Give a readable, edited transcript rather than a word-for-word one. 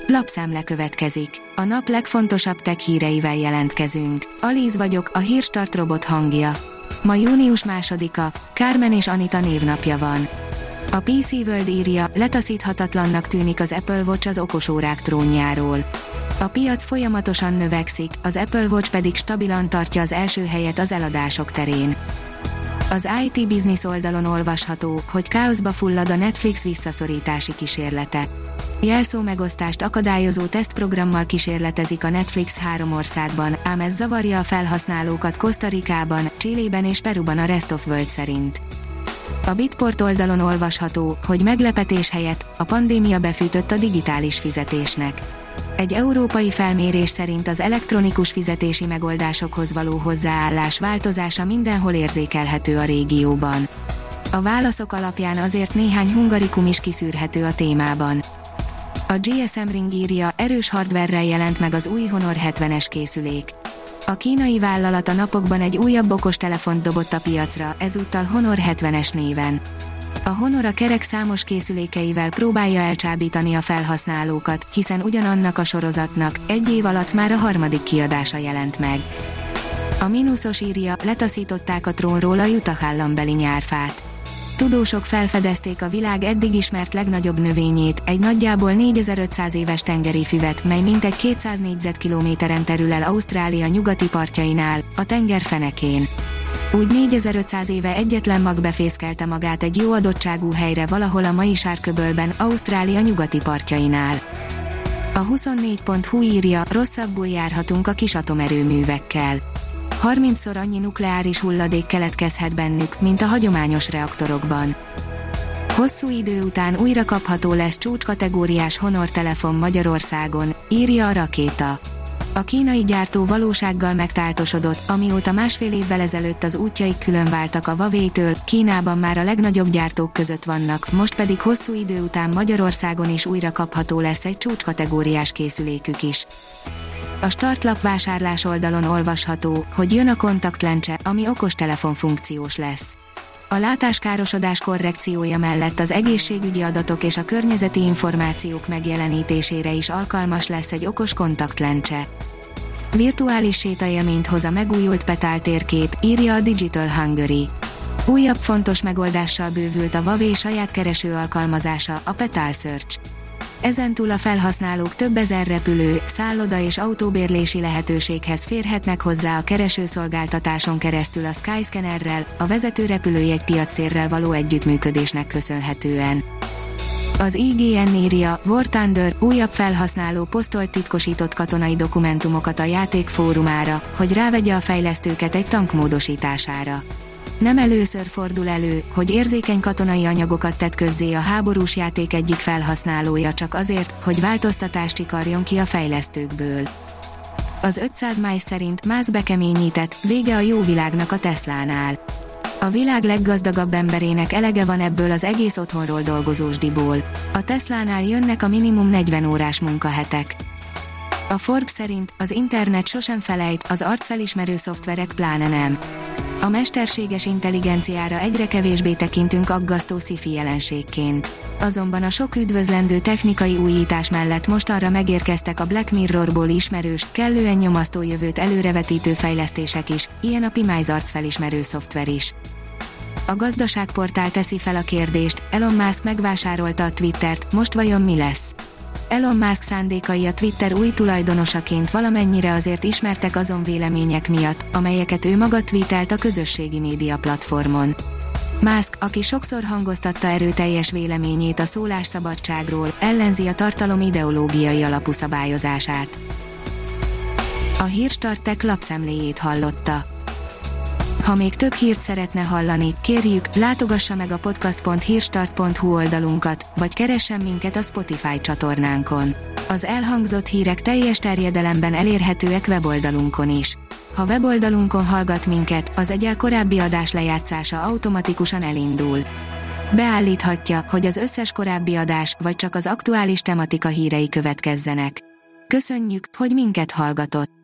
Lapszemle következik. A nap legfontosabb tech híreivel jelentkezünk. Alíz vagyok, a Hírstart robot hangja. Ma június 2-a, Carmen és Anita névnapja van. A PC World írja, letaszíthatatlannak tűnik az Apple Watch az okosórák trónjáról. A piac folyamatosan növekszik, az Apple Watch pedig stabilan tartja az első helyet az eladások terén. Az IT Business oldalon olvasható, hogy káoszba fullad a Netflix visszaszorítási kísérlete. Jelszómegosztást akadályozó tesztprogrammal kísérletezik a Netflix 3 országban, ám ez zavarja a felhasználókat Costa Ricában, Chilében és Peruban a Rest of World szerint. A Bitport oldalon olvasható, hogy meglepetés helyett a pandémia befűtött a digitális fizetésnek. Egy európai felmérés szerint az elektronikus fizetési megoldásokhoz való hozzáállás változása mindenhol érzékelhető a régióban. A válaszok alapján azért néhány hungarikum is kiszűrhető a témában. A GSM Ring írja, erős hardverrel jelent meg az új Honor 70-es készülék. A kínai vállalat a napokban egy újabb okostelefont dobott a piacra, ezúttal Honor 70-es néven. A Honor a kerek számos készülékeivel próbálja elcsábítani a felhasználókat, hiszen ugyanannak a sorozatnak egy év alatt már a harmadik kiadása jelent meg. A mínuszos írja, letaszították a trónról a Utah állambeli nyárfát. Tudósok felfedezték a világ eddig ismert legnagyobb növényét, egy nagyjából 4500 éves tengeri füvet, mely mintegy 200 négyzetkilométeren terül el Ausztrália nyugati partjainál, a tenger fenekén. Úgy 4500 éve egyetlen mag befészkelte magát egy jó adottságú helyre valahol a mai sárköbölben, Ausztrália nyugati partjainál. A 24.hu írja, rosszabbul járhatunk a kis atomerőművekkel. 30-szor annyi nukleáris hulladék keletkezhet bennük, mint a hagyományos reaktorokban. Hosszú idő után újra kapható lesz csúcskategóriás Honor telefon Magyarországon, írja a Rakéta. A kínai gyártó valósággal megtáltosodott, amióta másfél évvel ezelőtt az útjaik különváltak a Huawei-től, Kínában már a legnagyobb gyártók között vannak, most pedig hosszú idő után Magyarországon is újra kapható lesz egy csúcskategóriás készülékük is. A startlap vásárlás oldalon olvasható, hogy jön a kontaktlencse, ami okostelefon funkciós lesz. A látáskárosodás korrekciója mellett az egészségügyi adatok és a környezeti információk megjelenítésére is alkalmas lesz egy okos kontaktlencse. Virtuális sétaélményt hoz a megújult Petál térkép, írja a Digital Hungary. Újabb fontos megoldással bővült a Huawei saját kereső alkalmazása, a Petál Search. Ezentúl a felhasználók több ezer repülő, szálloda és autóbérlési lehetőséghez férhetnek hozzá a keresőszolgáltatáson keresztül a Skyscannerrel, a vezető repülőjegy piactérrel való együttműködésnek köszönhetően. Az IGN írja, War Thunder, újabb felhasználó posztolt titkosított katonai dokumentumokat a játék fórumára, hogy rávegye a fejlesztőket egy tank módosítására. Nem először fordul elő, hogy érzékeny katonai anyagokat tett közzé a háborús játék egyik felhasználója csak azért, hogy változtatást csikarjon ki a fejlesztőkből. Az 500 Miles szerint Musk bekeményített, vége a jó világnak a Teslánál. A világ leggazdagabb emberének elege van ebből az egész otthonról dolgozósdiból. A Teslánál jönnek a minimum 40 órás munkahetek. A Forbes szerint az internet sosem felejt, az arcfelismerő szoftverek pláne nem. A mesterséges intelligenciára egyre kevésbé tekintünk aggasztó sci-fi jelenségként. Azonban a sok üdvözlendő technikai újítás mellett mostanra megérkeztek a Black Mirrorból ismerős, kellően nyomasztó jövőt előrevetítő fejlesztések is, ilyen a Pimize arcfelismerő szoftver is. A gazdaságportál teszi fel a kérdést, Elon Musk megvásárolta a Twittert, most vajon mi lesz? Elon Musk szándékai a Twitter új tulajdonosaként valamennyire azért ismertek azon vélemények miatt, amelyeket ő maga tweetelt a közösségi média platformon. Musk, aki sokszor hangoztatta erőteljes véleményét a szólásszabadságról, ellenzi a tartalom ideológiai alapú szabályozását. A Hírstart Tech lapszemléjét hallotta. Ha még több hírt szeretne hallani, kérjük, látogassa meg a podcast.hírstart.hu oldalunkat, vagy keressen minket a Spotify csatornánkon. Az elhangzott hírek teljes terjedelemben elérhetőek weboldalunkon is. Ha weboldalunkon hallgat minket, az egyel korábbi adás lejátszása automatikusan elindul. Beállíthatja, hogy az összes korábbi adás, vagy csak az aktuális tematika hírei következzenek. Köszönjük, hogy minket hallgatott!